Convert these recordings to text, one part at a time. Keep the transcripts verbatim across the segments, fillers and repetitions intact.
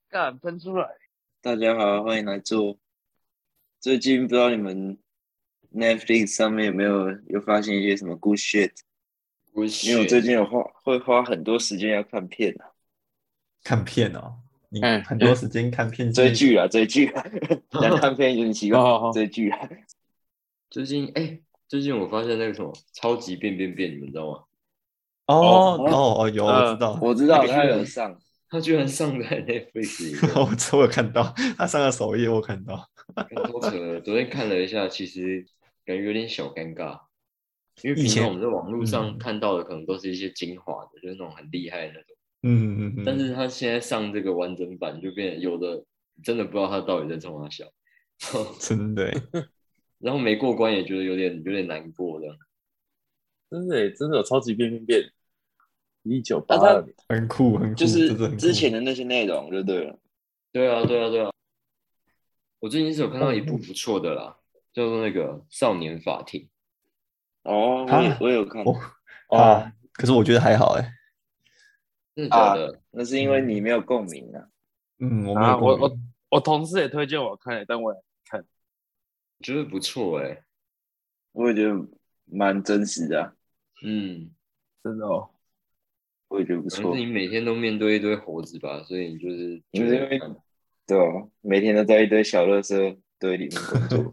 干喷出来。 大家好，欢迎来做。最近不知道你们 Netflix 上面有没有有发现一些什么 good shit？ 不因为我最是， 近有花会花很多时间要看片啊， 看片哦，你嗯很多时间看片是追剧啊，追剧啊，讲看片有点奇怪， 哦， 追剧啊。 最近哎、欸最近我发现那个什么超级变变变，你们知道吗？ 哦哦哦哦，有我知道， 我知道他那个居然有上， 他居然上在 Netflix 里面， 我我有看到，他上了首页，我看到。 干超扯的。昨天看了一下，其实感觉有点小尴尬，因为以前平常我们在网络上嗯看到的可能都是一些精华的，就是那种很厉害的那种。 嗯嗯嗯， 但是他现在上这个完整版，就变得有的真的不知道他到底在冲啥小， 真的耶然后没过关也觉得有点有点难过的。 真的耶真的有超级变变变，一九那他八二年， 很酷很酷， 就是真的很酷。 之前的那些内容就对了。 对啊，对啊，对啊。我最近是有看到一部哦不错的啦，叫做那个《少年法庭》。 哦，我也哈我也有看哦哦哈，可是我觉得还好哎， 真的假啊， 的？ 那是因为你没有共鸣啊。 嗯，我没啊， 有共我我鸣。 我同事也推荐我看，但我也看， 我觉得不错哎、 我也觉得蛮真实的啊， 嗯， 真的哦。 我也觉得不错。 可能是你每天都面对一堆猴子吧，所以你就是因为觉得，嗯对啊，每天都在一堆小垃圾堆里面工作。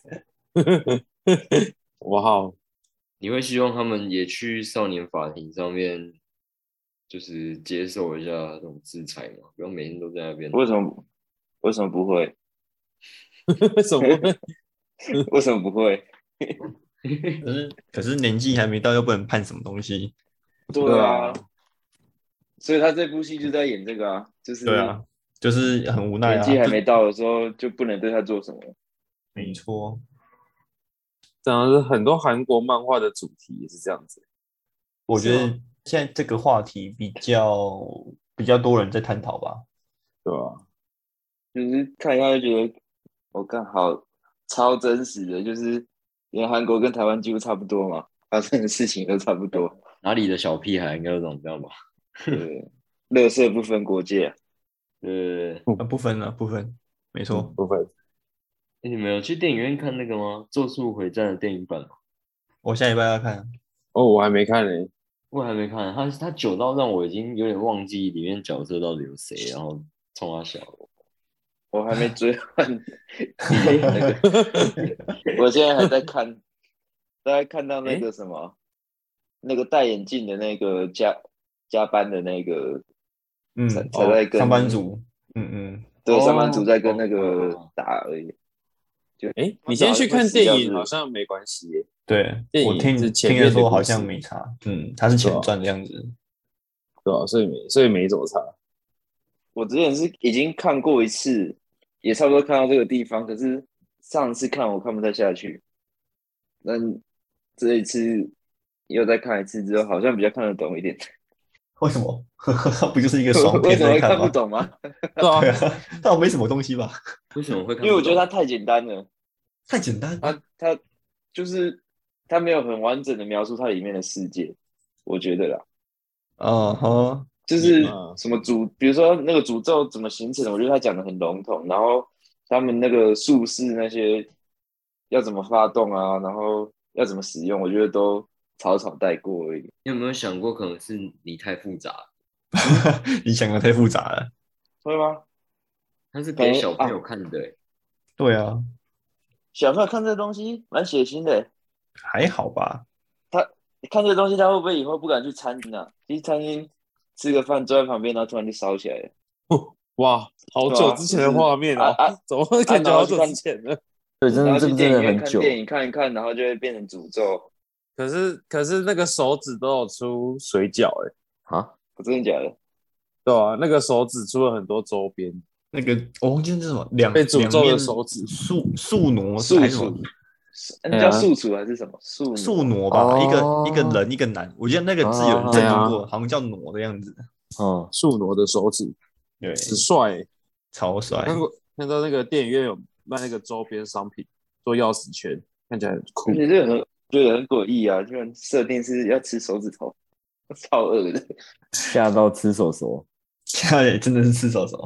哇好， 你会希望他们也去少年法庭上面，就是接受一下这种制裁嘛，不要每天都在那边。 为什么为什么不会？ 为什么会？ 为什么不会？ 可是可是年纪还没到，又不能判什么东西。 对啊，所以他这部戏就在演这个啊，就是对啊，就是很无奈啊， 年纪还就没到的时候就不能对他做什么。 没错。 讲的是很多韩国漫画的主题也是这样子， 我觉得是吗现在这个话题比较比较多人在探讨吧。 对吧？ 就是看一下就觉得，我看好超真实的，就是因为韩国跟台湾几乎差不多嘛，发生的事情都差不多。 哪里的小屁孩应该都懂，知道吧？ 对，乐色不分国界啊。 呃， 啊，不分了，不分，没错。 嗯，部分欸你们有去电影院看那个吗？《咒术回战》的电影版吗？ 我下礼拜要看。 哦，我还没看呢。 我还没看，他他久到让我已经有点忘记里面角色到底有谁，然后冲他小。 我还没追完第一那个，我现在还在看，大概看到那个什么，那个戴眼镜的那个加加班的那个，才嗯， 才在跟上班族，嗯嗯， 对上班族在跟哦那个哦打而已。就哎， 他们好像你先去看会死掉是不是电影好像没关系耶， 对，我电影是听听人前面的说好像故事， 没差，嗯，他是前对吧？ 传的样子。 对吧？所以没所以没怎么差。 我之前是已经看过一次，也差不多看到这个地方，可是上次看我看不太下去，那这一次又再看一次之后，好像比较看得懂一点。 为什么？不就是一个爽为片什么会看不在看吗？ 懂吗？ 对啊对，啊，那没什么东西吧？ 为什么会看因为我觉得它不懂？ 太简单了， 太简单。 它它就是它没有很完整的描述它里面的世界，我觉得啦， 嗯哼， 就是嗯， 什么诅，比如说那个诅咒怎么形成的，我觉得他讲的很笼统，然后他们那个术士那些要怎么发动啊，然后要怎么使用，我觉得都草草带过而已。 你有没有想过，可能是你太复杂了？ 你想的太复杂了。 会吗？ 它是可给小朋友能啊， 看的欸， 对啊， 小朋友看这东西蛮血腥的。 还好吧？ 他看这东西，他会不会以后不敢去餐厅啊？去餐厅吃个饭，坐在旁边，然后突然就烧起来了， 哇，好对啊， 久之前的就是画面哦， 啊啊怎么会啊， 感觉好久然后去看， 之前呢？ 对，真然后的这个真去电影院的很久。 看电影看一看，然后就会变成诅咒。 可是可是那个手指都有出水饺哎， 啊， 我真的假的？ 对啊，那个手指出了很多周边， 那个我忘记是什么，两被诅咒两面的手指， 树树挪是还是什么素厨，素那哎呀， 叫素厨还是什么？素树挪？ 挪吧？一个一个哦， 人一个男，我记得那个字有人啊， 哎呀， 正读过，好像叫挪的样子。 嗯， 树挪的手指， 对， 很帅欸。我超帅。 看过看到那个电影院有卖那个周边商品，做钥匙圈，看起来很酷。 而且这个很觉得很诡异啊，居然设定是要吃手指头，超恶的。 吓到吃手手。 现在真的是吃手手。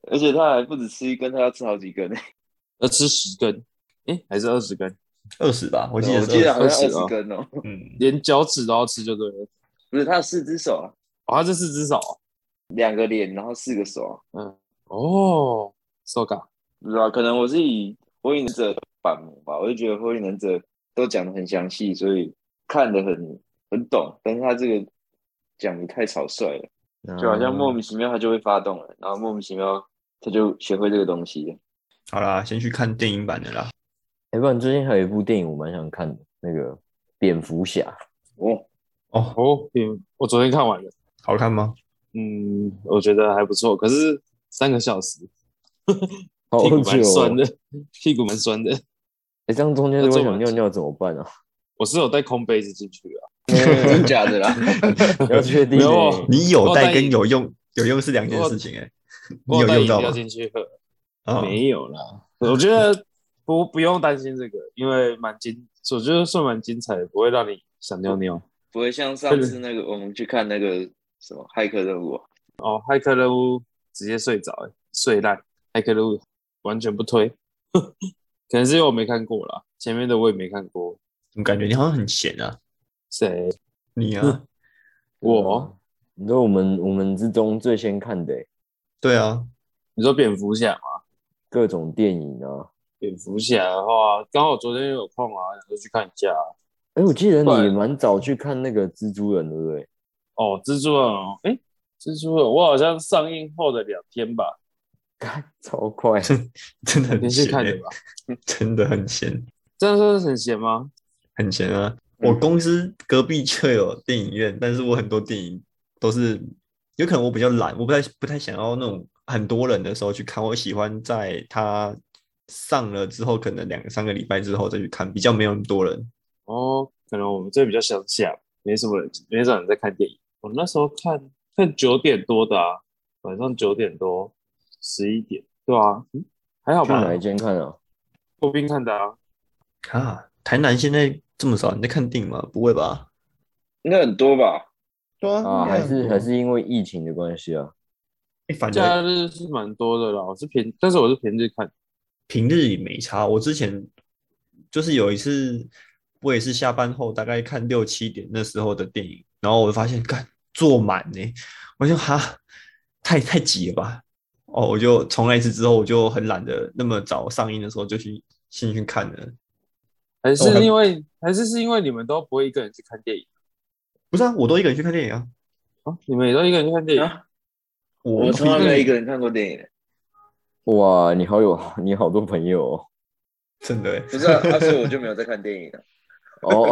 而且他还不止吃一根，他要吃好几根。 要吃十根，哎，还是二十根？ 二十吧，我记得我是二十。 记得好像二 20哦十根哦。 嗯， 连脚趾都要吃就对了。 不是，他有四只手啊， 哦，他这四只手哦。 两个脸，然后四个手啊。 嗯，哦，so ga。 不知道，可能我是以火影忍者版模吧，我就觉得火影忍者都讲的很详细，所以看得很很懂。但是他这个讲的太草率了，就好像莫名其妙他就会发动了，然后莫名其妙他就学会这个东西了。 好啦，先去看电影版的啦。 哎，不然最近还有一部电影我蛮想看的，那个蝙蝠侠。 哦哦， 哦，嗯，我昨天看完了。 好看吗？ 嗯，我觉得还不错，可是三个小时， 好屁股久哦。 蛮酸的，屁股蛮酸的。 哎，这样中间如果想尿尿怎么办啊？ 我是有带空杯子进去啊。 真假的啦？ 要确定没有欸。 你有带跟我有用有用是两件事情哎、你我带饮有用到吗？ 料进去喝， 啊、 没有啦。我觉得不不用担心这个，因为蛮精，我觉得算蛮精彩的，不会让你想尿尿。 不会像上次那个我们去看那个什么骇客任务啊。 哦，骇客任务直接睡着，欸，睡烂。骇客任务完全不推，可能是因为我没看过啦，前面的我也没看过。 我感觉你好像很闲啊。 谁？ 你啊？ 我？ 你说我们我们之中最先看的欸对啊。 你说蝙蝠侠吗？ 各种电影啊。 蝙蝠侠的话，刚好昨天有空啊，想说去看一下。 哎，我记得你对蛮早去看那个蜘蛛人，对不对？ 哦，蜘蛛人哦，哎，蜘蛛人，我好像上映后的两天吧， 超快。 真的很连续闲、欸看的吧？ 真的很闲， 这样算是很闲吗？ 很闲啊！ 嗯我公司隔壁就有电影院，但是我很多电影都是有可能我比较懒，我不太不太想要那种很多人的时候去看，我喜欢在它上了之后，可能两三个礼拜之后再去看，比较没有那么多人。 哦，可能我们这比较乡下，没什么人，没什么人在看电影。我那时候看看九点多的啊，晚上九点多，十一点，对啊，嗯，还好吧？ 去哪一间看啊？ 破冰看的啊。 啊，台南现在这么少人在看电影吗？不会吧？ 应该很多吧？ 对啊， 啊，还是还是， 是因为疫情的关系啊？ 哎，反假正日是蛮多的啦，我是平，但是我是平日看。 平日也没差。我之前就是有一次，我也是下班后大概看六七点那时候的电影，然后我发现，干坐满呢，我就哈，太太挤了吧？哦，我就从那一次之后，我就很懒得那么早上映的时候就去进去看了。 还哦还是因为、还是是因为你们都不会一个人去看电影不是啊，我都一个人去看电影啊。 啊？你们也都一个人去看电影？ 啊， 我我从来没有一一个人看过电影的。 哇，你好有你好多朋友哦。 真的欸， 不是啊，啊所以我就没有在看电影了。 哦，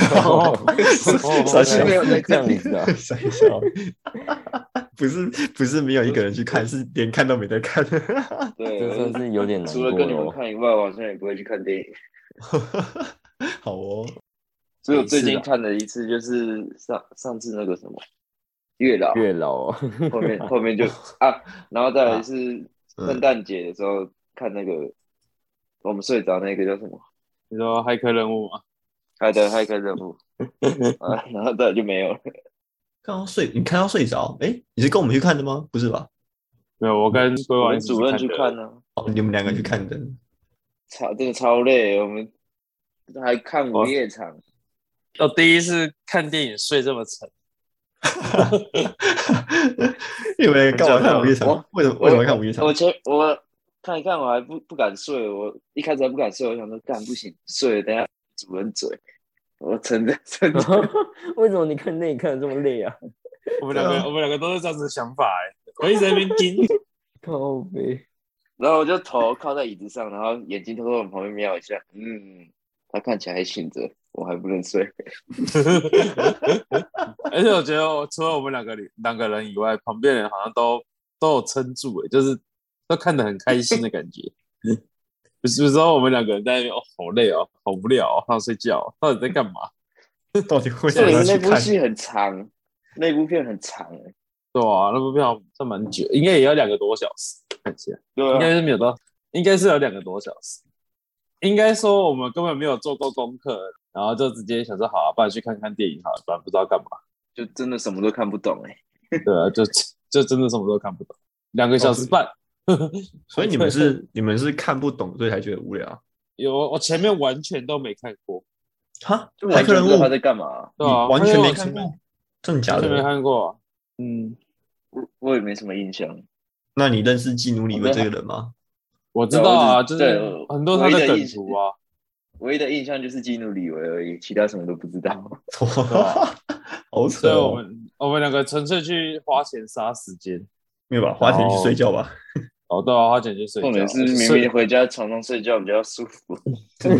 傻笑没有在这样看电影子啊？ 傻笑，不是不是没有一个人去看，是连看都没得看。 对， 这算是有点难过除了跟你们了哦。 看以外，我好像也不会去看电影。 好哦， 所以我最没事啊近看了一次，就是上上次那个什么月老， 月老啊。 后面后面就啊，然后再来是嗯圣诞节的时候看那个我们睡着那个叫什么你说骇客任务吗？ 海的骇客任务啊，然后再来就没有了。 看到睡，你看到睡着？哎，你是跟我们去看的吗？不是吧？ 没有，我跟规我划一起跟主任去的。 看呢、 哦，你们两个去看的。 超真的超累，我们还看午夜场。 我第一次看电影睡这么沉。 你们干嘛看午夜场我？ 为什么为什么要看午夜场我？前我看一看，我还不不敢睡，我一开始还不敢睡，我想说干不行，睡了等一下主人嘴，我撑着撑着。 为什么你看电影看的这么累啊？ 我们两个，我们两个都是这样子的想法哎、我一直在那边听。 靠背。 然后我就头靠在椅子上，然后眼睛偷偷往旁边瞄一下，嗯，他看起来还醒着，我还不能睡。 而且我觉得，我除了我们两个两个人以外，旁边人好像都都有撑住哎、就是都看得很开心的感觉。不是，有时候我们两个人在那边，哦，好累哦，好无聊哦，好想睡觉哦，到底在干嘛？ 到底为什么重点是要去看？ 那部戏很长，那部片很长哎、 对啊，那部片好像蛮久，应该也要两个多小时，看起来对应该啊， 是没有到，应该是有两个多小时。应该说我们根本没有做过功课，然后就直接想说好啊，不然去看看电影好了，不然不知道干嘛。 就真的什么都看不懂哎、 对啊，就就真的什么都看不懂，两个小时半， 所以你们是你们是看不懂，所以才觉得无聊。 有我前面完全都没看过， 哈， 就骇客任务完全不知道他在干嘛。 对啊， 你完全没看前面过，真的假完全没的？ 看过啊。嗯， 我我也没什么印象。 那你认识基努里维我对这个人吗？ 我知对道啊， 我只对就是我很多他的梗唯一的印图啊， 唯一的印象就是基努里维而已，其他什么都不知道。 啊好扯所以我哦， 们我们两个纯粹去花钱杀时间。 没有吧？花钱去睡觉吧， 哦，对啊，花钱去睡觉。 重点是明睡明回家床上睡觉比较舒服。 真的。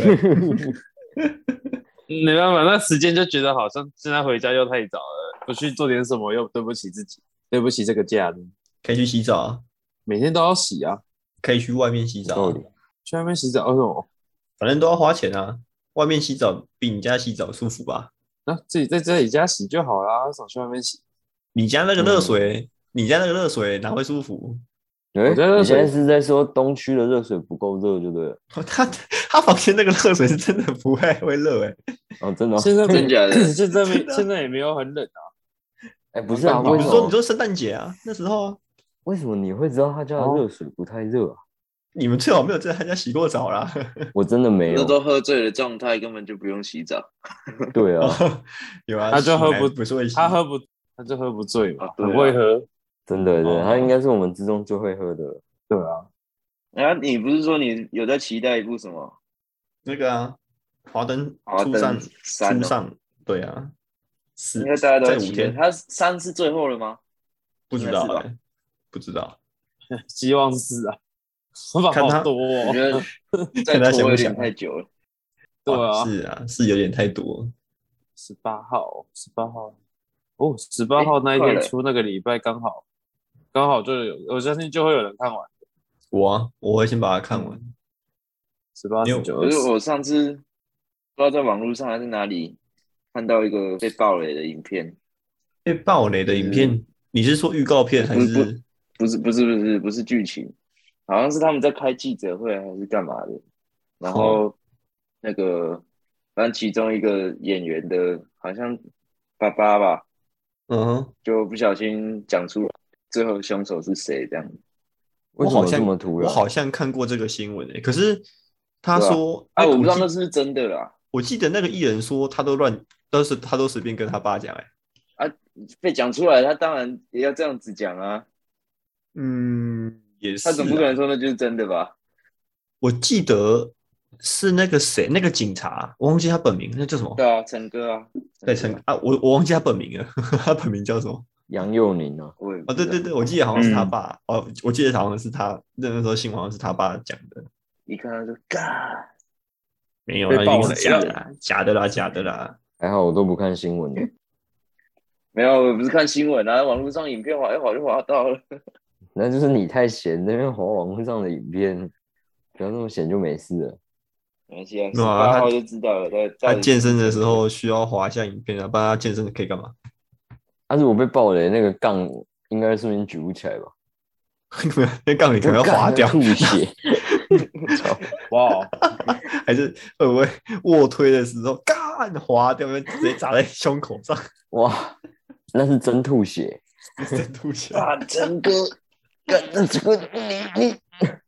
没办法，那时间就觉得好像现在回家又太早了，不去做点什么又对不起自己，对不起这个假日， 可以去洗澡啊， 每天都要洗啊， 可以去外面洗澡啊， 道理。 去外面洗澡为什么？ 反正都要花钱啊。外面洗澡比你家洗澡舒服吧？ 那、自己在自己家洗就好啦，为什么去外面洗？ 你家那个热水，你家那个热水哪会舒服？ 哎、 我觉得热水你现在是在说东区的热水不够热就对了。 他他房间那个热水是真的不会会热哎、 哦，真的、哦？ 现在真假的现在没真的啊现在也没有很冷啊。 哎、不是啊， 你为什你不是说你么？ 说圣诞节啊？那时候啊， 为什么你会知道他家的热水不太热啊？ 你们最好没有在他家洗过澡啦。 我真的没有。 那都喝醉的状态，根本就不用洗澡。 对啊， 有啊， 他就喝醒来不不是会洗， 他喝不他就喝不醉嘛， 啊对啊很会喝。 真的对， 哦他应该是我们之中最会喝的。 对啊， 然后你不是说你有在期待一部什么？ 那个啊，华灯华灯初上三哦初上，对啊，是应该大家都在五在期待。 天， 他三是最后了吗？ 不知道应该是吧哎、不知道， 希望是啊，方法看他好多我觉哦。 得再看他想拖有点不想啊太久了。 哇对啊， 是啊，是有点太多。 十八号，十八号，哦，十八号那一快了天出那个礼拜刚好，刚好就有，我相信就会有人看完。 我啊，我会先把它看完。 十八、 因为十九、二十， 可是我上次不知道在网络上还是哪里看到一个被爆雷的影片， 被爆雷的影片，你是说预告片还不是是？ 不是不是不是不是剧情，好像是他们在开记者会还是干嘛的，然后那个反正其中一个演员的好像爸爸吧， 嗯哼， 就不小心讲出最后凶手是谁这样。 为什么这我好像么突然？ 我好像看过这个新闻诶、可是他对吧说， 啊， 那个我不知道记那是不是真的啦。 我记得那个艺人说他都乱，都是他都随便跟他爸讲哎、 啊，被讲出来，他当然也要这样子讲啊。 嗯，也是他总不可能啊。 说那就是真的吧？ 我记得是那个谁，那个警察，我忘记他本名，那叫什么？ 对啊，陈哥啊， 对， 陈哥陈啊，我我忘记他本名了，他本名叫什么？ 杨佑宁啊， 哦， 我也不知道对对对，我记得好像是他嗯爸。哦，我记得好像是他那个时候新闻好像是他爸讲的。 一看他就嘎， 没有， 被那一定是爆雷了假的啦，假的啦，假的啦。 还好我都不看新闻的。 没有，我不是看新闻啊，网络上影片滑一滑就滑到了。 那就是你太闲，那边滑网络上的影片，不要那么闲就没事了。 没关系啊，十没有啊他八号就知道了。到他底健身的时是真候需要滑一下影片啊，不然他健身可以干嘛？ 他、啊、如果被爆雷，那个杠应该顺便举不起来吧？ 那杠你可能要滑掉， 吐血。操哇， 还是会不会卧推的时候干滑掉，直接砸在胸口上， 哇，那是真吐血。 真吐血。 啊，陈哥， 干那这个你你，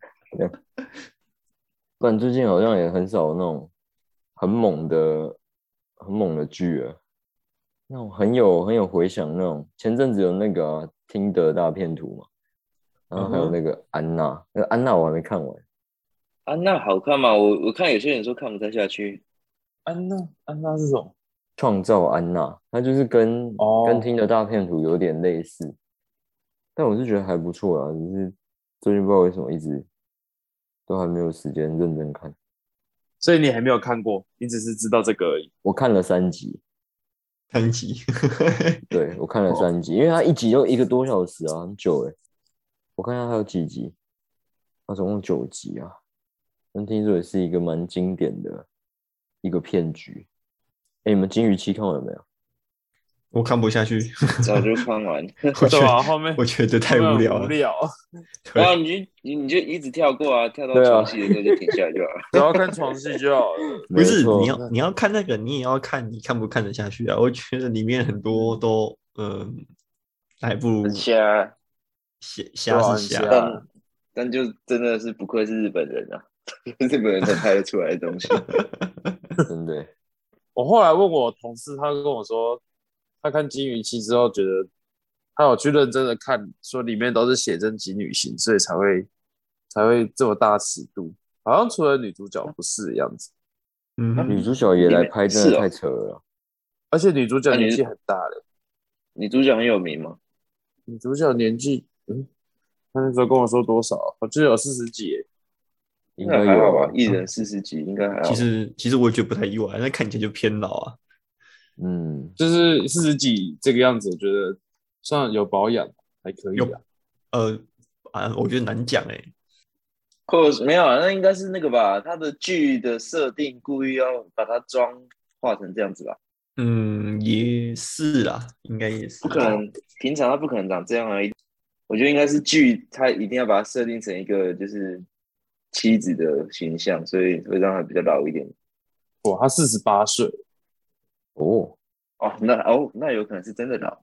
不然最近好像也很少那种很猛的、很猛的剧了，那种很有很有回响那种。前阵子有那个、啊、听的大片图嘛，然后还有那个安娜，那个安娜我还没看完。 安娜好看吗？我我看有些人说看不太下去。 安娜，安娜是什么？ 创造安娜，它就是跟、 哦跟听的大片图有点类似，但我是觉得还不错啦，只是最近不知道为什么一直都还没有时间认真看。 所以你还没有看过，你只是知道这个而已。 我看了三集， 三级， 对我看了三集，因为它一集就一个多小时啊，很久哎。我看一下它有几集，它总共九集啊。但听说也是一个蛮经典的一个骗局。哎，你们金鱼期看完了没有？ 我看不下去， 早就看完。 我觉对吧？ 得后面我觉得太无聊了。 后面很无聊， 对然后你就你你就一直跳过啊，跳到对啊床戏的时候就停下来就好了。 只要看床戏就好了。 不是没错你要你要看那个，你也要看你看不看得下去啊？我觉得里面很多都嗯，还不如很瞎， 瞎瞎是瞎对啊很瞎但但就真的是不愧是日本人啊，日本人才拍得出来的东西。 真的欸。 我后来问我同事，他跟我说，他看《金鱼期》之后，觉得他有去认真的看，说里面都是写真级女性，所以才会才会这么大尺度。好像除了女主角不是的样子， 嗯哼， 女主角也来拍，真的是哦太扯了啦。 而且女主角那你年纪很大了。 女主角很有名吗？ 女主角年纪，嗯，他那时候跟我说多少？我记得有四十几耶。 应那还好该有啊吧，。一人四十集应该还好。 其实其实我也觉得不太意外，那看起来就偏老啊。 嗯， 就是四十几这个样子，我觉得算有保养，还可以有啊。 呃啊，我觉得难讲哎、 或者没有啊，那应该是那个吧，他的剧的设定故意要把它妆化成这样子吧？ 嗯，也是啦，应该也是。 不可能，平常他不可能长这样啊。我觉得应该是剧，他一定要把它设定成一个就是妻子的形象，所以会让他比较老一点。 哇，他四十八岁， 哦， 哦，那哦，那有可能是真的老。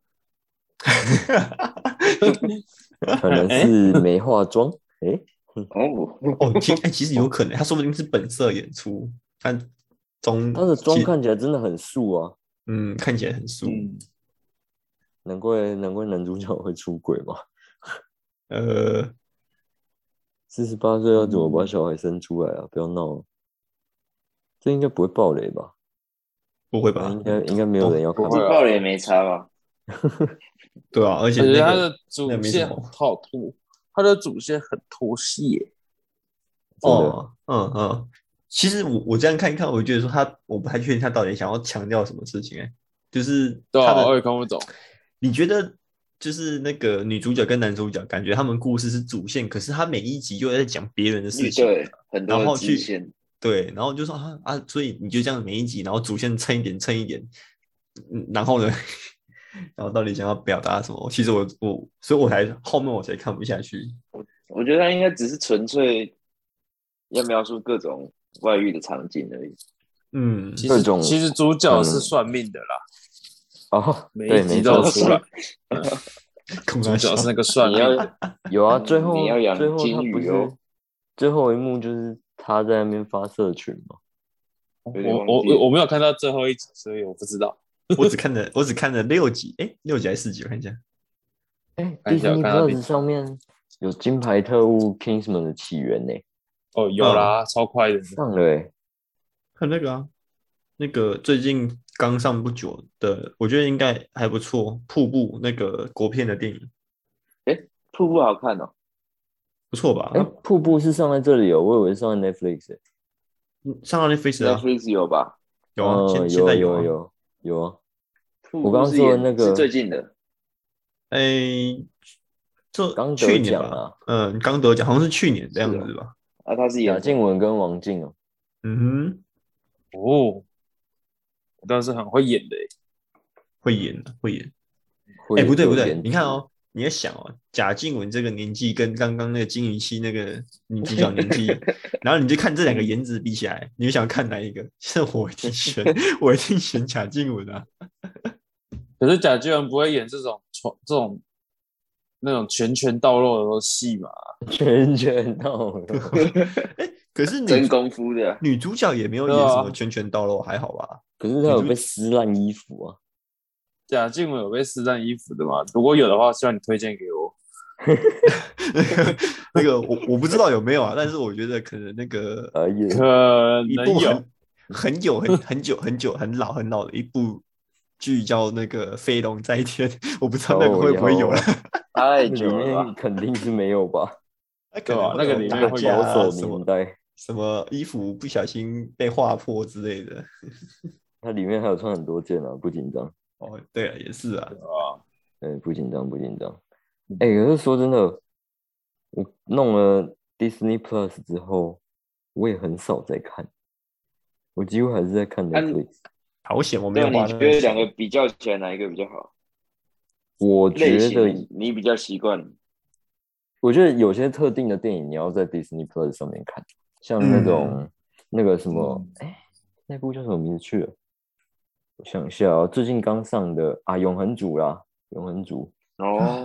可能是没化妆。诶， 哦， 哦，其哎、其实有可能，他说不定是本色演出，但中她的妆其看起来真的很素啊， 嗯看起来很素。 嗯， 难怪难怪男主角会出轨嘛。 呃， 四十八岁要怎么把小孩生出来啊？不要闹了，这应该不会爆雷吧？ 不会吧那应？该应该没有人要看吧不会啊这爆了也没差吧？ 对啊，而且而且他那个的主那没什线么好拖，他的主线很拖戏耶。 真的哦，嗯嗯。其实我我这样看一看，我就觉得说他，我不太确定他到底想要强调什么事情哎、就是对啊， 他的， 我也看不懂。 你觉得就是那个女主角跟男主角，感觉他们故事是主线，可是他每一集又在讲别人的事情， 对，很多的然后去支线。 对，然后就说啊啊，所以你就这样每一集，然后主线撑一点撑一点，嗯，然后呢，然后到底想要表达什么？其实我我，所以我才后面我才看不下去。 我觉得他应该只是纯粹要描述各种外遇的场景而已。 嗯， 其实各种其实主角是嗯算命的啦， 哦， 每对， 一集都没错， 有出来。 空大小主角是那个算你要命的， 有啊，最后你要养最后他金不是鱼哦， 最后一幕就是他在那边发社群嘛？ 有点我忘记了我我没有看到最后一集，所以我不知道。 我只看了我只看了六集，哎，六集还是四集？我看一下。 哎看一下我 ，Disney 看到第 Plus 上面有《金牌特务 Kingsman》的起源呢， 哦，有啦，超快的。 上了哎， 看那个啊，那个最近刚上不久的，我觉得应该还不错，《瀑布》那个国片的电影瀑布好看哦。 不错吧？ 哎， 它瀑布是上在这里哦，我以为是上在 Netflix 欸。 嗯上到 Netflix 啊， Netflix 有吧？ 有啊，现嗯， 现在有啊。 有有有啊， 瀑布我刚刚说的是演是那个最近的。 哎，这刚得去年吧， 奖啊， 嗯，刚得奖，好像是去年的样是哦子吧。 啊，他是贾演静雯跟王静哦， 嗯哼， 哦，但是很会演的耶。 会演的，会演。 会哎，不对不对， 有颜值你看哦，你在想哦，贾静雯这个年纪跟刚刚那个金鱼期那个女主角年纪，然后你就看这两个颜值比起来，你就想看哪一个？是我一定选，我一定选贾静雯啊。 可是贾静雯不会演这种这种那种拳拳到肉的戏嘛？ 拳拳到肉， 哎，可是女真功夫的。 女主角也没有对啊演什么拳拳到肉，还好吧？ 可是他有被撕烂衣服啊。 贾静雯有被撕烂衣服的吗？如果有的话，希望你推荐给我。 那个那个我我不知道有没有啊，但是我觉得可能那个哎呀， 一可能有。 部很很有很很久很久很老很老的一部剧叫那个《飞龙在天》，我不知道那个会不会有了。 太里久了吧？ 面肯定是没有吧？ 那可能会对吧那个有打里面会有架啊保守什么年代， 什么衣服不小心被划破之类的。 它里面还有穿很多件啊，不紧张。 哦，对啊，也是啊。 啊， 嗯，不紧张，不紧张。哎、可是说真的，我弄了 Disney Plus 之后，我也很少在看，我几乎还是在看 Netflix。 好险我没对啊， 有花你觉得那个钱两个比较起来哪一个比较好？ 我类觉得， 型你比较习惯。 我觉得有些特定的电影你要在 Disney Plus 上面看，像那种、 嗯那个什么，哎、那部叫什么名字去了？我想一下哦，最近刚上的啊，《永恒族》啦，《永恒族》 哦，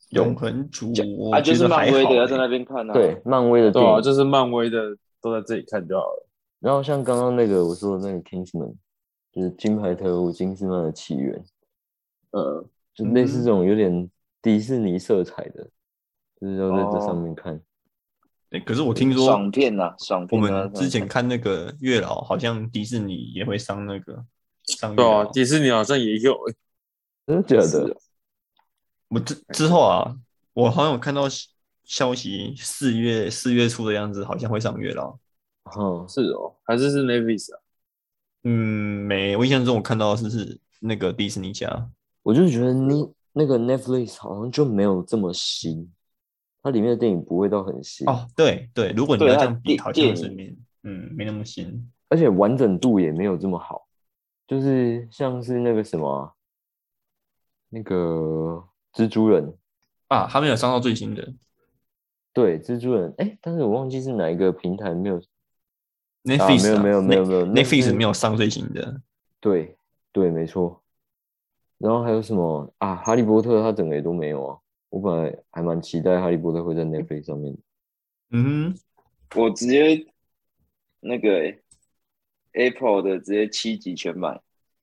永恒族，我啊，就是觉得还好漫威的要在欸那边看啊。 对，漫威的对啊， 电影。 就是漫威的都在这里看就好了。 然后像刚刚那个我说的那个 Kingsman，就是金牌特务金斯曼的起源， 呃， 就类似嗯这种有点迪士尼色彩的，就是要在这上哦， 面看。 欸可是我听说爽片呐，爽我片都在们之前上面看。 看那个月老，好像迪士尼也会上那个上对啊， 月老。 迪士尼好像也有欸， 真的假的？ 是哦， 我之之后啊，我好像有看到消消息，四月四月初的样子，好像会上月老。 哈， 是哦，还是是 Netflix 啊？ 嗯，没，我印象中我看到的是是那个迪士尼家。 我就觉得你那个 Netflix 好像就没有这么新，它里面的电影不会到很新， 哦，对对，如果你对， 要它的这样比，好电电影像是没嗯没那么新。 而且完整度也没有这么好。就是像是那个什么啊那个蜘蛛人， 啊，他没有上到最新的对，蜘蛛人，哎，但是我忘记是哪一个平台没有啊？没 Netflix 啊有没有没有 ，Net 没有，那 Netflix 没那有上最新的。 对对，没错。然后还有什么啊？哈利波特它整个也都没有啊。我本来还蛮期待哈利波特会在 Netflix 上面的。 嗯哼， 我直接那个欸 Apple 的直接七集全买，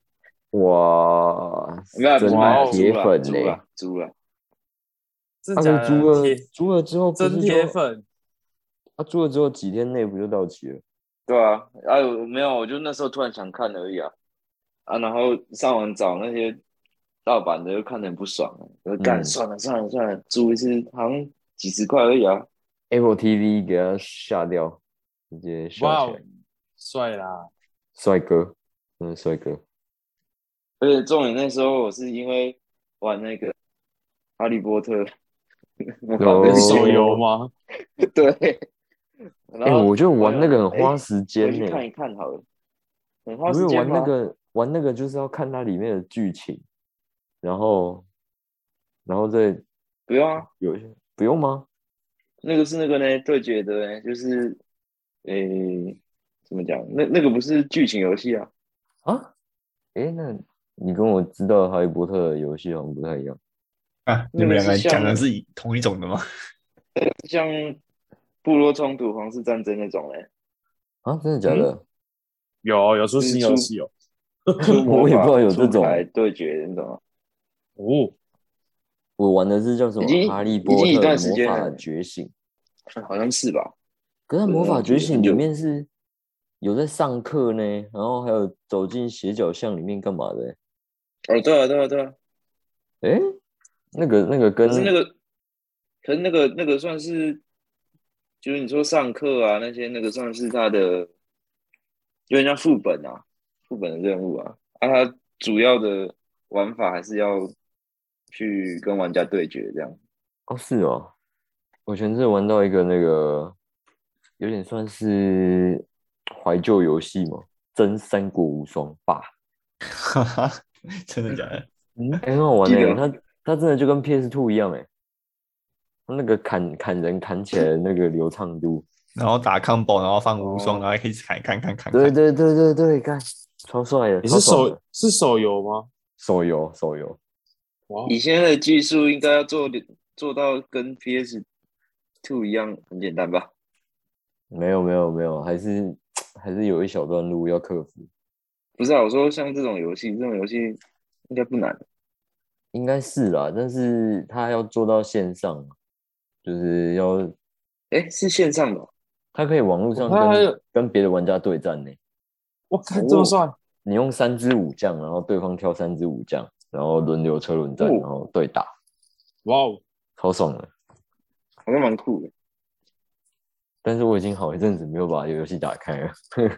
哇， 没有不是真买了， 哇哦租铁了租粉嘞！ 了租了， 啊， 真假可租了的铁租了之后不真是就铁粉？ 啊？租了之后几天内不就到期了？ 对啊，啊我没有，我就那时候突然想看而已啊，啊然后上网找那些盗版的，又看得很不爽，我就干嗯算了算了算了，租一次好像几十块而已啊， ，Apple T V 给它下掉，直接下哇哦起来，， 帅啦！ 帅哥，真的帅哥。 而且重点那时候我是因为玩那个哈利波特魔法有的手游游， 吗？ 对，然哎、 后我觉得我玩那个想哎很花时回间呢、 去看一看好了，很花因为时间吗？ 玩那个玩那个就是要看它里面的剧情，然后然后再不用啊， 有一些不用吗？ 那个是那个呢对决的呢，就是诶怎么讲？那那个不是剧情游戏啊， 啊，哎、那你跟我知道的哈利波特的游戏好像不太一样。 啊，你那个们两个是像讲的是一同一种的吗？ 像部落冲突、皇室战争那种嘞， 啊，真的假的？ 有有出就是出新游戏哦。 出魔我也不知道法有这种出牌对决的那种啊， 哦， 我玩的是叫什么已经 《哈利已波特经一段时魔法间了， 觉醒》， 好像是吧？ 可是它魔法我忘记觉醒里了很久。 面是有在上课呢，然后还有走进斜角巷里面干嘛的、 哦，对啊，对啊，对啊。 哎、那个那个跟可是那个，可是那个那个算是，就是你说上课啊那些，那个算是他的，有点像副本啊，副本的任务啊。啊，他主要的玩法还是要去跟玩家对决这样。 哦是哦，我前阵玩到一个那个有点算是怀旧游戏嘛，真三国无双八， 哈哈，真的假的？ 嗯，欸很好玩诶、 记得它它真的就跟 P S 二 一样诶、它那个砍砍人砍起来的那个流畅度， 然后打 combo，然后放无双， 哦然后可以砍砍砍砍砍。 对对对对对，干超帅的， 你是手超爽的， 是手游吗？ 手游手游， 哇， 以现在的技术应该要做做到跟 P S 二 一样很简单吧？ 没有没有没有，还是还是有一小段路要克服， 不是啊，我说像这种游戏，这种游戏应该不难。 应该是啦，但是它要做到线上，就是要哎，是线上的哦它可以网络上我看还有跟跟别的玩家对战呢。 我看这么帅， 你用三支武将，然后对方挑三支武将，然后轮流车轮战， 哦然后对打， 哇哦！ 超爽的。 好像蛮酷的。 但是我已经好一阵子没有把游戏打开了。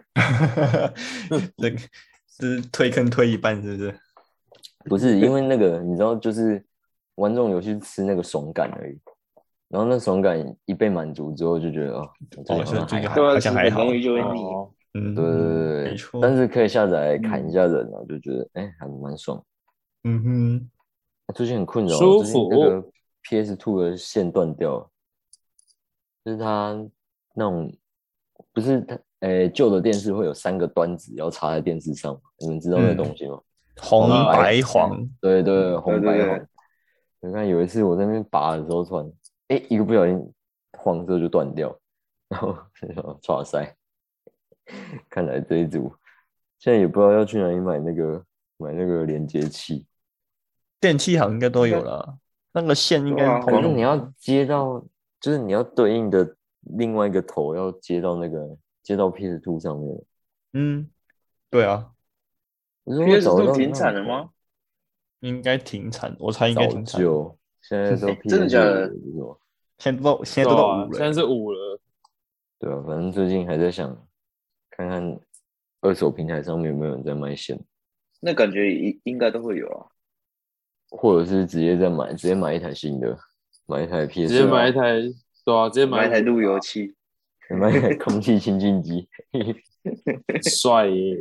这个是推坑推一半，是不是？ 不是因为那个，你知道，就是玩这种游戏吃那个爽感而已。然后那爽感一被满足之后，就觉得哦，我最近好像还好。 对啊， 好像还好很容易就会腻。 哦， 嗯， 对对对对， 没错。 但是可以下载来砍一下人啊，就觉得哎、还蛮爽。 嗯哼， 最近很困扰， 舒最近那服个 P S 二 的线断掉了，就是它那种不是它，诶，旧的电视会有三个端子要插在电视上嘛，你们知道那个嗯东西吗？ 红黄白黄， 对对，红对对对白黄。 我看有一次我在那边拔的时候，突然哎、欸、一个不小心黄色就断掉，然后唰塞，看来这一组现在也不知道要去哪里买那个买那个连接器， 电器行应该都有啦，那个线应该是对啊可是通用的。 你要接到，就是你要对应的另外一个头要接到那个接到 P S 二 上面。 嗯，对啊， 可是我 P S 找得 Two 到停那种头产了吗？ 应该停产，我猜应该早停产。 就现在都 P S 五真的假的了，不是吗？ 现在都到现在都到五，了对啊现在是五了。 对啊，反正最近还在想看看二手平台上面有没有人在卖线， 那感觉应应该都会有啊。 或者是直接再买，直接买一台新的，买一台 P S， 直接买一台，对啊，直接买一台路五啊由器， 买一台空气清净机。 帅耶！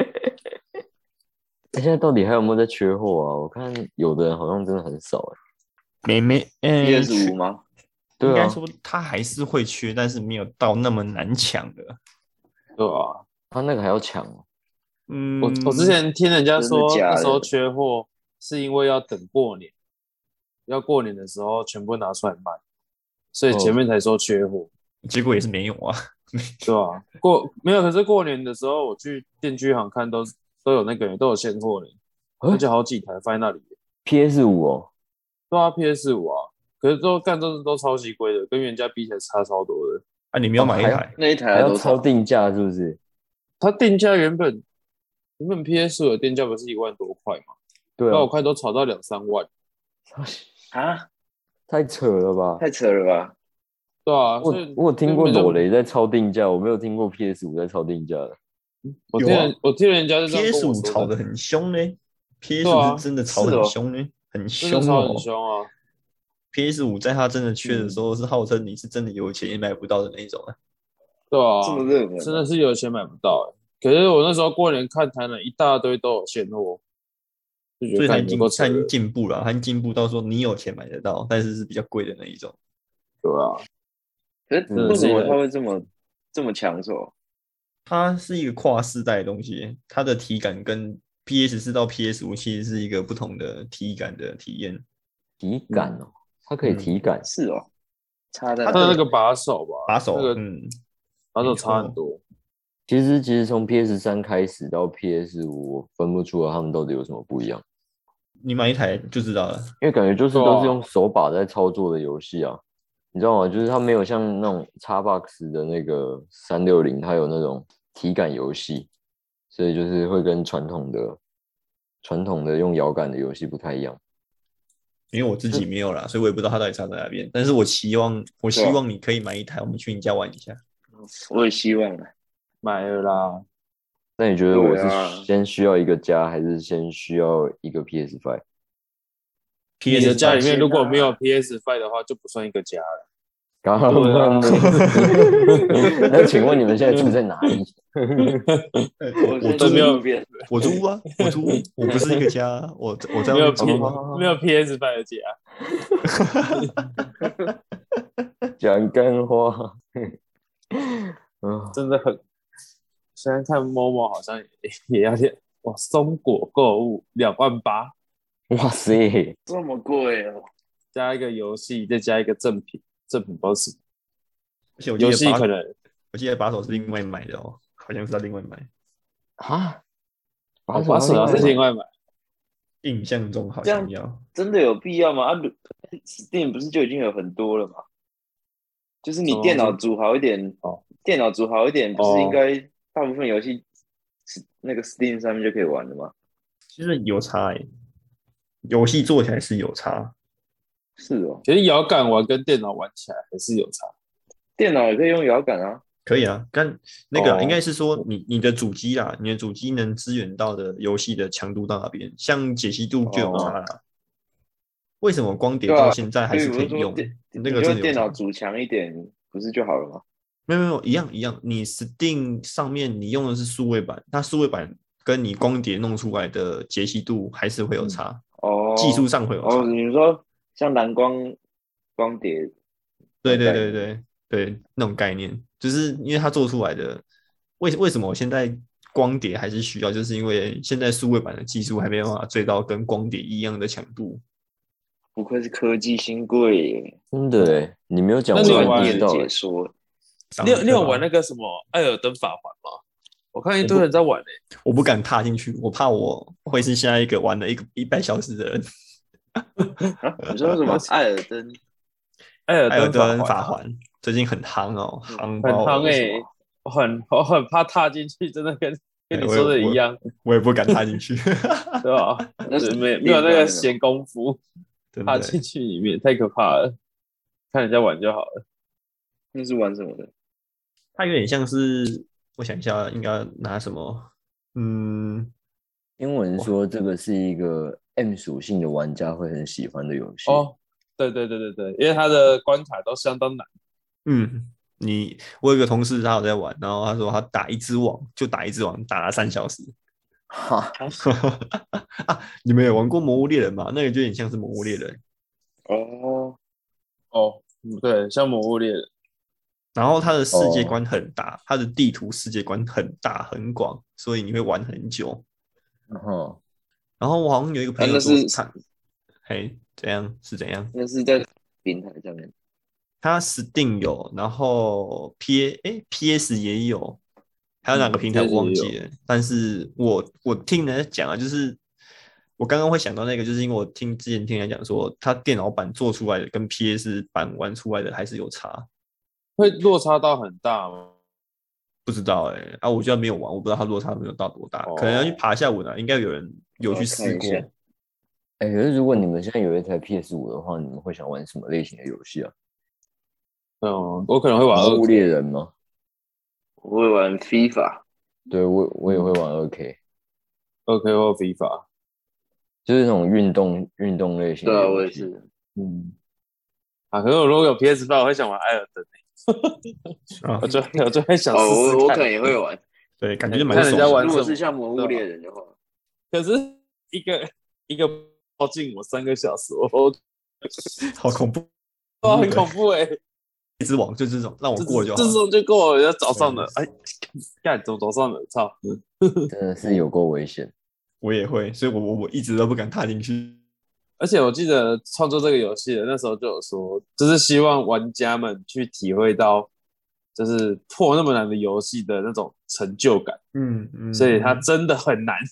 欸现在到底还有没有在缺货啊？我看有的人好像真的很少哎、 没没，嗯 P S 五吗？ 对啊， 应该说它还是会缺，但是没有到那么难抢的。 对啊， 他那个还要抢哦。 嗯， 我我之前听人家真的说， 假的那时候缺货是因为要等过年，要过年的时候全部拿出来卖，所以前面才说缺货， 结果也是没有啊。 对吧、过没有，可是过年的时候我去电锯行看都都有那个都有现货呢，而且好几台放在那里。 P S 五哦， 对啊，P S 五啊，可是都干都是都超级贵的，跟原价比起来差超多的。 啊，你没有买一哦还台？ 那一台还要要多少？ 超定价是不是？ 它定价原本原本 P S 五的定价不是一万多块嘛？ 对啊那我，看都炒到两三万。 啊， 太扯了吧！ 太扯了吧！ 对啊， 我所以我有听过原本就裸雷在超定价，我没有听过 P S 五在超定价的。 我听有啊人我听人家是这样 P 跟 S 我说的， 五炒的很凶呢，P S 对啊五是真的炒得是哦很凶呢，很真凶的超很哦。 凶啊！ P S 五在它真的缺的时嗯候，是号称你是真的有钱也买不到的那一种啊。 对啊， 这么热门啊真的是有钱买不到哎、可是我那时候过年看台南一大堆都有现货，就觉所以它已得看有经它已经够扯的， 进步了，它已经进步到说你有钱买得到，但是是比较贵的那一种。 对啊， 可是真的为什么是一台它会这么这么抢手？ 它是一个跨世代的东西，它的体感跟 P S 四到 P S 五其实是一个不同的体感的体验。 体感哦，它可以体感， 是哦，差在哪里？ 它的那个把手吧， 把手， 那个嗯， 把手没错差很多。 其实其实从 P S 三开始到 P S 五，我分不出来他们到底有什么不一样， 你买一台就知道了。 因为感觉就是对啊都是用手把在操作的游戏啊，你知道吗？就是它没有像那种 Xbox 的那个三六零，它有那种体感游戏，所以就是会跟传统的传统的用摇杆的游戏不太一样。 因为我自己没有啦，所以我也不知道它到底差在哪边。但是我希望，我希望你可以买一台，我们去你家玩一下。 我也希望啊。 买了啦， 那你觉得我对啊是先需要一个家，还是先需要一个 P S 五？ 你的 P S 家里面先如果没有啊 P S 五 的话，就不算一个家了。 刚刚对啊那请问你们现在住在哪里？ 我现在住都没有路边， 我租啊，我租，我不是一个家，我我在没有外面 P 租啊。 没有 P S 五 的家， 讲干话。嗯， 真的很。现在看 Momo 好像也也要点哇，松果购物两万八， 哇塞， 这么贵哦！ 加一个游戏，再加一个赠品，赠品都是而且我记游得把戏可能我记得把手是另外买的哦，好像是要另外买。 啊， 哦把手要是另外买， 印象中好这样像要。 真的有必要吗？啊，Steam 不是就已经有很多了吗？就是你电脑组好一点， 哦， 电脑组好一点，不哦是应该大部分游戏是那个 Steam 上面就可以玩的吗？ 其实有差诶、游戏做起来是有差。 是哦， 其实摇杆玩跟电脑玩起来还是有差。 电脑也可以用摇杆啊。 可以啊，但那个、 哦应该是说你你的主机啦，你的主机能支援到的游戏的强度到哪边，像解析度就有差啦。为什么光碟对啊到现在还是可以用？ 所以我就说那你就个真的有差。 电脑组强一点，不是就好了吗？ 没有没有一样一样，你 Steam 上面你用的是数位版，它数位版跟你光碟弄出来的解析度还是会有差， 哦， 技术上会有差。 哦，你说像蓝光光碟， 对对对对对，那种概念，就是因为它做出来的，为为什么我现在光碟还是需要，就是因为现在数位版的技术还没办法追到跟光碟一样的强度。 不愧是科技新贵耶， 真的哎，你没有讲，我那你有都不玩知道哎。 解说， 你有你有玩那那个什么艾尔登法环吗？我看一堆人在玩诶、 我不敢踏进去，我怕我会是下一个玩了一个一百小时的人。 啊，你说什么？艾尔登艾尔艾尔登登法环、啊、 法环最近很夯哦， 嗯很夯爆了。 夯诶、 什么我很我很怕踏进去，真的跟跟哎你说的我也我一样， 我也不敢踏进去， 对吧？ 那是对，没没有那电商的吗个闲工夫真的。 踏进去里面，太可怕了。看人家玩就好了。 那是玩什么的？ 它有点像是，我想一下，应该拿什么？嗯， 英文说这个是一个 M 属性的玩家会很喜欢的游戏。 哦，对对对对对，因为它的关卡都相当难。 嗯，你我有一个同事他有在玩，然后他说他打一只网就打一只网，打了三小时。 哈， 啊，你们有玩过《魔物猎人》吗？那个就有点像是《魔物猎人》， 哦， 哦，嗯对，像魔物猎人， 然后它的世界哦观很大，它的地图世界观很大很广，所以你会玩很久。 哈， 然后我好像有一个朋啊， 友那是说他，嘿，怎样是怎样？ 那是在平台上面。 他 Steam 有，然后 P 哎 P S 也有，还有哪个嗯平台我 ，P S 也有忘记了。但是我我听人家讲啊，就是我刚刚会想到那个，就是因为我听之前听人家讲说，他电脑版做出来的跟 P S 版玩出来的还是有差。 会落差到很大吗？ 不知道哎、欸，啊，我居然没有玩，我不知道它落差有没有到多大， 哦可能要去爬一下文啊，应该有人有去试过我要看一。下哎，可是如果你们现在有一台 P S 五的话，你们会想玩什么类型的游戏啊？ 嗯，我可能会玩二魔物 K， 猎人吗？ 我会玩 FIFA， 对，我我也会玩二 K， 二 K 或 FIFA。 就是那种运动运动类型对啊，我的游戏。 也是。 嗯，啊，可是我如果有 P S 八，我会想玩艾尔登、欸， 啊我就我就会想哦， 试试看。 我我可能也会玩。 对，感觉就欸蛮看人家爽的。 如果玩什么是像魔物对吧猎人的话， 可是一个一个靠近我三个小时，我好恐怖， 哇，很恐怖哎、欸！ 一直往就这种让我这过就好了。 这种就够了，要早上了，哎，干怎么早上了？操！ 真的是有够危险。 我也会，所以我我我一直都不敢踏进去。 而且我记得创作这个游戏的那时候就有说，就是希望玩家们去体会到，就是破那么难的游戏的那种成就感， 嗯嗯， 所以它真的很难。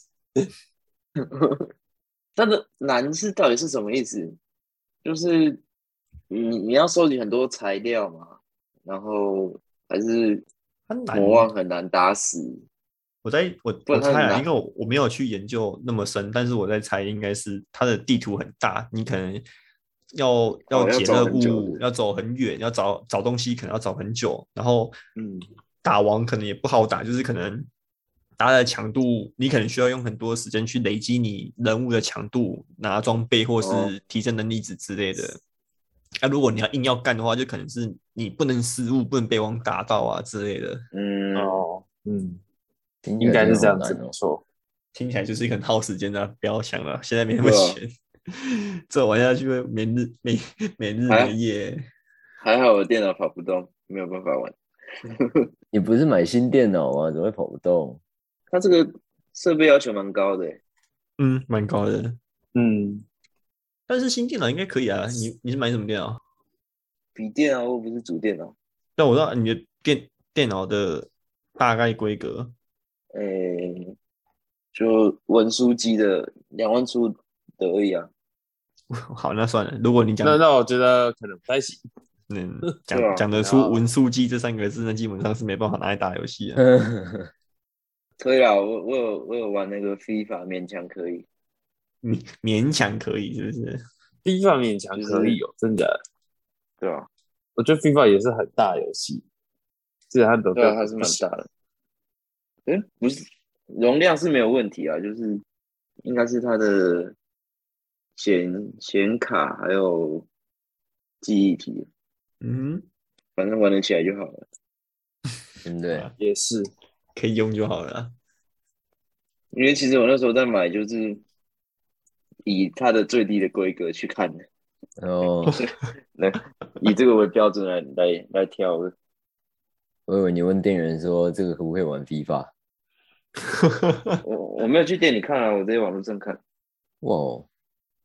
它的难是到底是什么意思？就是你你要收集很多材料嘛，然后还是很难。 魔王很难打死， 我在我不我猜啊， 然它很难因为我我没有去研究那么深，但是我在猜应该是它的地图很大，你可能要要要走解任很久的， 务要走很远，要找找东西可能要找很久，然后嗯， 打王可能也不好打，就是可能打的强度，你可能需要用很多时间去累积你人物的强度，拿装备或哦是提升能力值之类的。那、如果你要硬要干的话，就可能是你不能失误，不能被王打到啊之类的。 嗯， 哦，嗯， 听起来应该是这真的好样子， 难哦。 没错。 听起来就是一个很耗时间的、啊，不要想了，现在没那么对啊闲，这玩下去会没日没没日还没夜。 还好我电脑跑不动，没有办法玩。 你不是买新电脑吗？怎么会跑不动？ 它这个设备要求蛮高的欸， 嗯，蛮高的。 嗯， 但是新电脑应该可以啊。你你是买什么电脑？ 笔电啊，我不是主电脑。 但我知道你的电电脑的大概规格。 诶，就文书机的两万出的而已啊。 好，那算了。如果你讲那那我觉得可能不太行。 嗯对讲啊讲得出文书机这三个字，那基本上是没办法拿来打游戏啊。 可以啊，我我有我有玩那个 FIFA，勉强可以。 勉勉强可以，是不是？ FIFA 勉强可以哦，真的。 对啊， 我觉得 FIFA 也是很大的游戏，虽然它的对啊，它是蛮大的。嗯，不是，容量是没有问题啊，就是应该是它的显显卡还有记忆体， 嗯反正玩得起来就好了。 真的啊也是。 可以用就好了啊。 因为其实我那时候在买，就是以它的最低的规格去看的， 然后那以这个为标准来来来挑的。 我以为你问店员说这个可不可以玩 FIFA？ 我我没有去店里看啊，我在网络上看。 哇哦，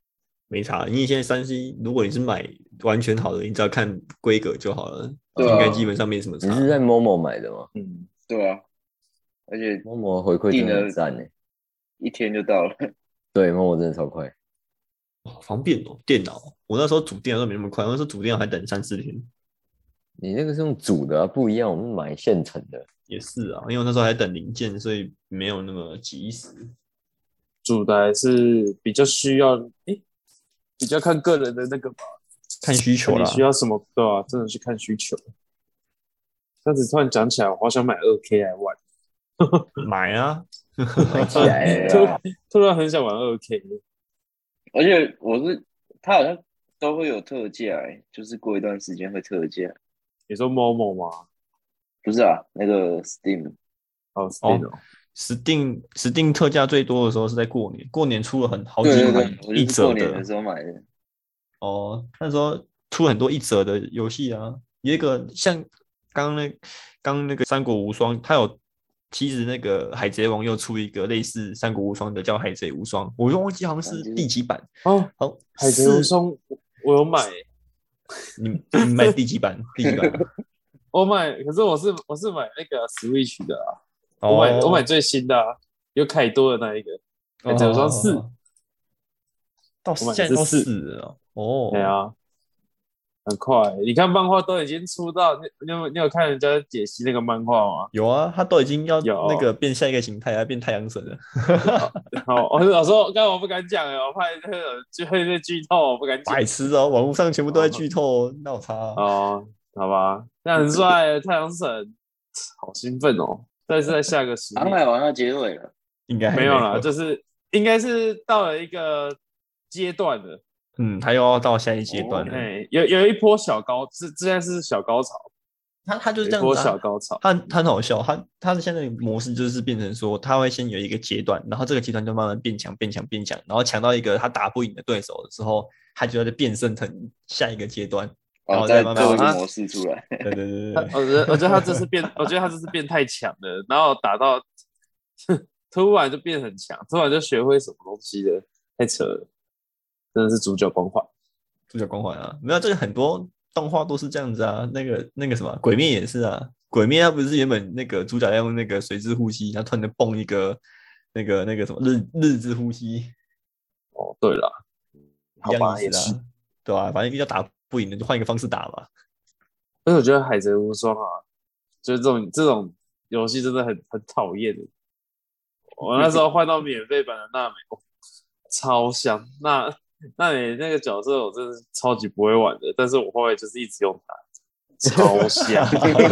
没差。因为现在三 C，如果你是买完全好的，你只要看规格就好了， 对啊应该基本上没什么差。 你是在 Momo 买的吗嗯， 对啊，而且 ？Momo 回馈真订了的很赞诶， 一天就到了。 对，Momo 真的超快。 好方便哦，电脑。我那时候煮电脑都没那么快，我那时候煮电脑还等三四天。 你那个是用煮的啊，不一样，我们买现成的。 也是啊，因为我那时候还等零件，所以没有那么及时。 煮的还是比较需要，诶，比较看个人的那个吧， 看需求啦看你需。要什么，对啊，真的去看需求。这样子突然讲起来，我好想买二 K 来玩， 买啊， 买起来突对啊， 突然很想玩二 K。 而且我是它好像都会有特价、欸，就是过一段时间会特价。 你说 Momo 吗？ 不是啊，那个 Steam 哦，Steam 哦， 实定实定特价最多的时候是在过年，过年出了很好几款对对对，我一就是过折的年的时候买的。 哦，那时候出了很多一折的游戏啊，有一个像刚那刚那个三国无双，它有其实那个海贼王又出一个类似三国无双的叫海贼无双，我忘记好像是第几版， 哦， 好海贼无是双我有买欸， 你你买第几版？第几版啊？ 我买，可是我是我是买那个 Switch 的啊，我买我买哦最新的啊，有凯多的那一个海贼无双四， 哦，到我买现在到的是四， 四了哦。 对啊，很快欸，你看漫画都已经出到，你你有你有看人家解析那个漫画吗？ 有啊，他都已经要有那个变下一个形态啊，变太阳神了。 好，我我说刚刚我不敢讲哎，我怕会有就会被剧透，我不敢讲白痴哦，网络上全部都在剧透哦，那有差啊。 哦，好吧，那很帅欸，太阳神，好兴奋哦！但是在下个十航年海王要结尾了， 应该还没有啦，就是应该是到了一个阶段了， 嗯，他又要到下一阶段了。 哎，有有一波小高，这这在是小高潮， 他他就是有一波这样子啊， 小高潮， 他他很好笑，他他的现在的模式就是变成说，他会先有一个阶段，然后这个阶段就慢慢变强变强变强，然后强到一个他打不赢的对手的时候，他就要再变身成下一个阶段，然哦， 后再再慢慢往他做一个模式出来。 对对对他对对， 我觉得我觉得他这是变，我觉得他这是变太强了，然后打到突然就变很强，突然就学会什么东西了，太扯了，真的是主角光环。 主角光环啊，没有这个很多动画都是这样子啊，那个那个什么鬼灭也是啊，鬼灭它不是原本那个主角要用那个水之呼吸，然后突然间蹦一个那个那个什么日日之呼吸， 哦，对了，好一样吧，也是。 意思啊，对吧、反正要打不赢的就换一个方式打嘛。 而且我觉得海贼无双啊，就是这种这种游戏真的很很讨厌的。我那时候换到免费版的娜美，哦，超香。那那美那个角色我真的是超级不会玩的，但是我后来就是一直用它，超香。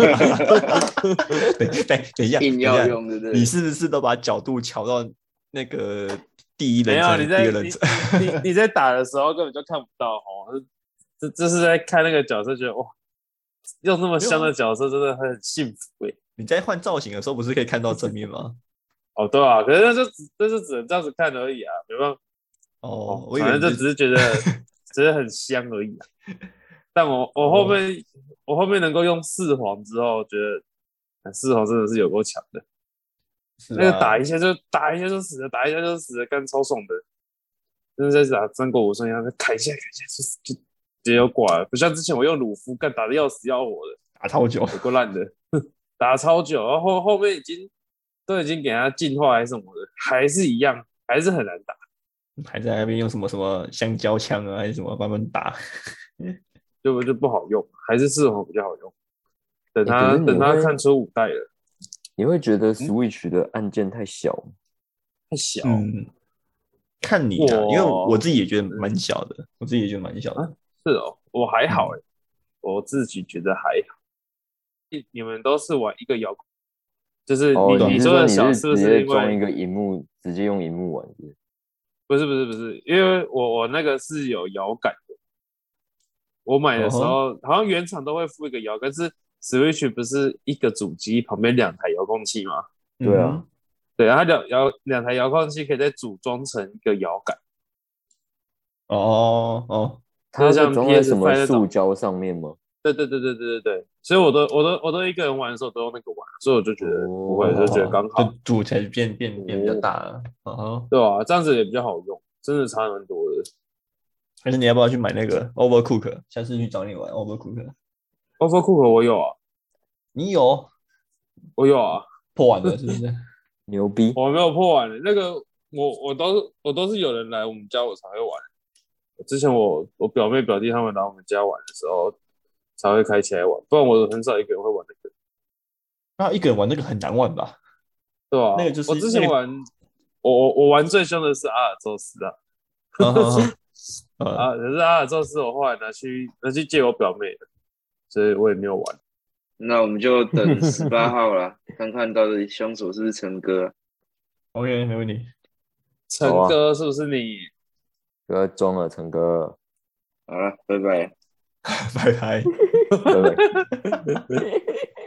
等等等一下， 硬要等一下用对不对你是不是都把角度调到那个第一没有， 人称、 你在你第二人称？ 你你你在打的时候根本就看不到哦。这这是在看那个角色，觉得哇，用那么香的角色真的很幸福诶。 你在换造型的时候不是可以看到正面吗？ 哦，对啊，可是那就只那就只能这样子看而已啊，没办法。 哦， 哦， 我以为反正你就只是觉得只是很香而已啊。但我我后面、我后面能够用四皇之后，觉得四皇真的是有够强的。 是那个打啊一下就打一下就死了，打一下就死了，干超爽的。真的在打三国无双一样，砍一下砍一下就就直接就挂了，不像之前我用鲁夫干打的要死要活的， 打超久， 有够烂的，打超久，然后后面已经都已经给他进化还是什么的，还是一样，还是很难打。 还在那边用什么什么香蕉枪啊，还是什么慢慢打？ 就就不好用，还是四皇比较好用。等欸他、 可是你会等他看出五代了， 你会觉得 Switch 的按键太小吗？ 太小， 嗯，看你啊， 我因为我自己也觉得蛮小的，我自己也觉得蛮小的。 啊是哦，我还好嗯哎、我自己觉得还好。你你们都是玩一个遥控，就是哦， 你、 你是说的你是直小是不是因为接装一个荧幕，直接用荧幕玩是不是？ 不是不是不是，因为我我那个是有摇杆的，我买的时候、好像原厂都会附一个摇杆，是 Switch 不是一个主机旁边两台遥控器吗？ 对啊嗯对，然后两遥两台遥控器可以再组装成一个摇杆， 哼，哦哦， 它是就像装在什 P S 五么那种。 塑胶上面吗？ 对对对对对对对，所以我都我都我都一个人玩的时候都用那个玩，所以我就觉得不会，就觉得刚好， 就组起来变变变比较大了。哦， 对啊，这样子也比较好用，真的差蛮多的。 还是你要不要去买那个 Overcook？ 下次去找你玩 Overcook。 Overcook 我有啊， 你有我有啊， 破完了是不是？ 牛逼！ 我没有破完的那个，我我都是我都是有人来我们家我才会玩。之前我我表妹表弟他们来我们家玩的时候才会开起来玩，不然我很少一个人会玩那个。 那一个人玩那个很难玩吧？ 对啊， 那个就是我之前那个玩，我我我玩最凶的是阿尔宙斯啊， 嗯哼哼嗯， 啊，可是阿尔宙斯我后来拿去拿去借我表妹的，所以我也没有玩。 那我们就等十八号啦，看看到底凶手是不是陈哥、啊。 OK， 没问题。 陈哥是不是你？ 不要装了，陈哥。 好了，拜拜。 拜拜。 拜拜。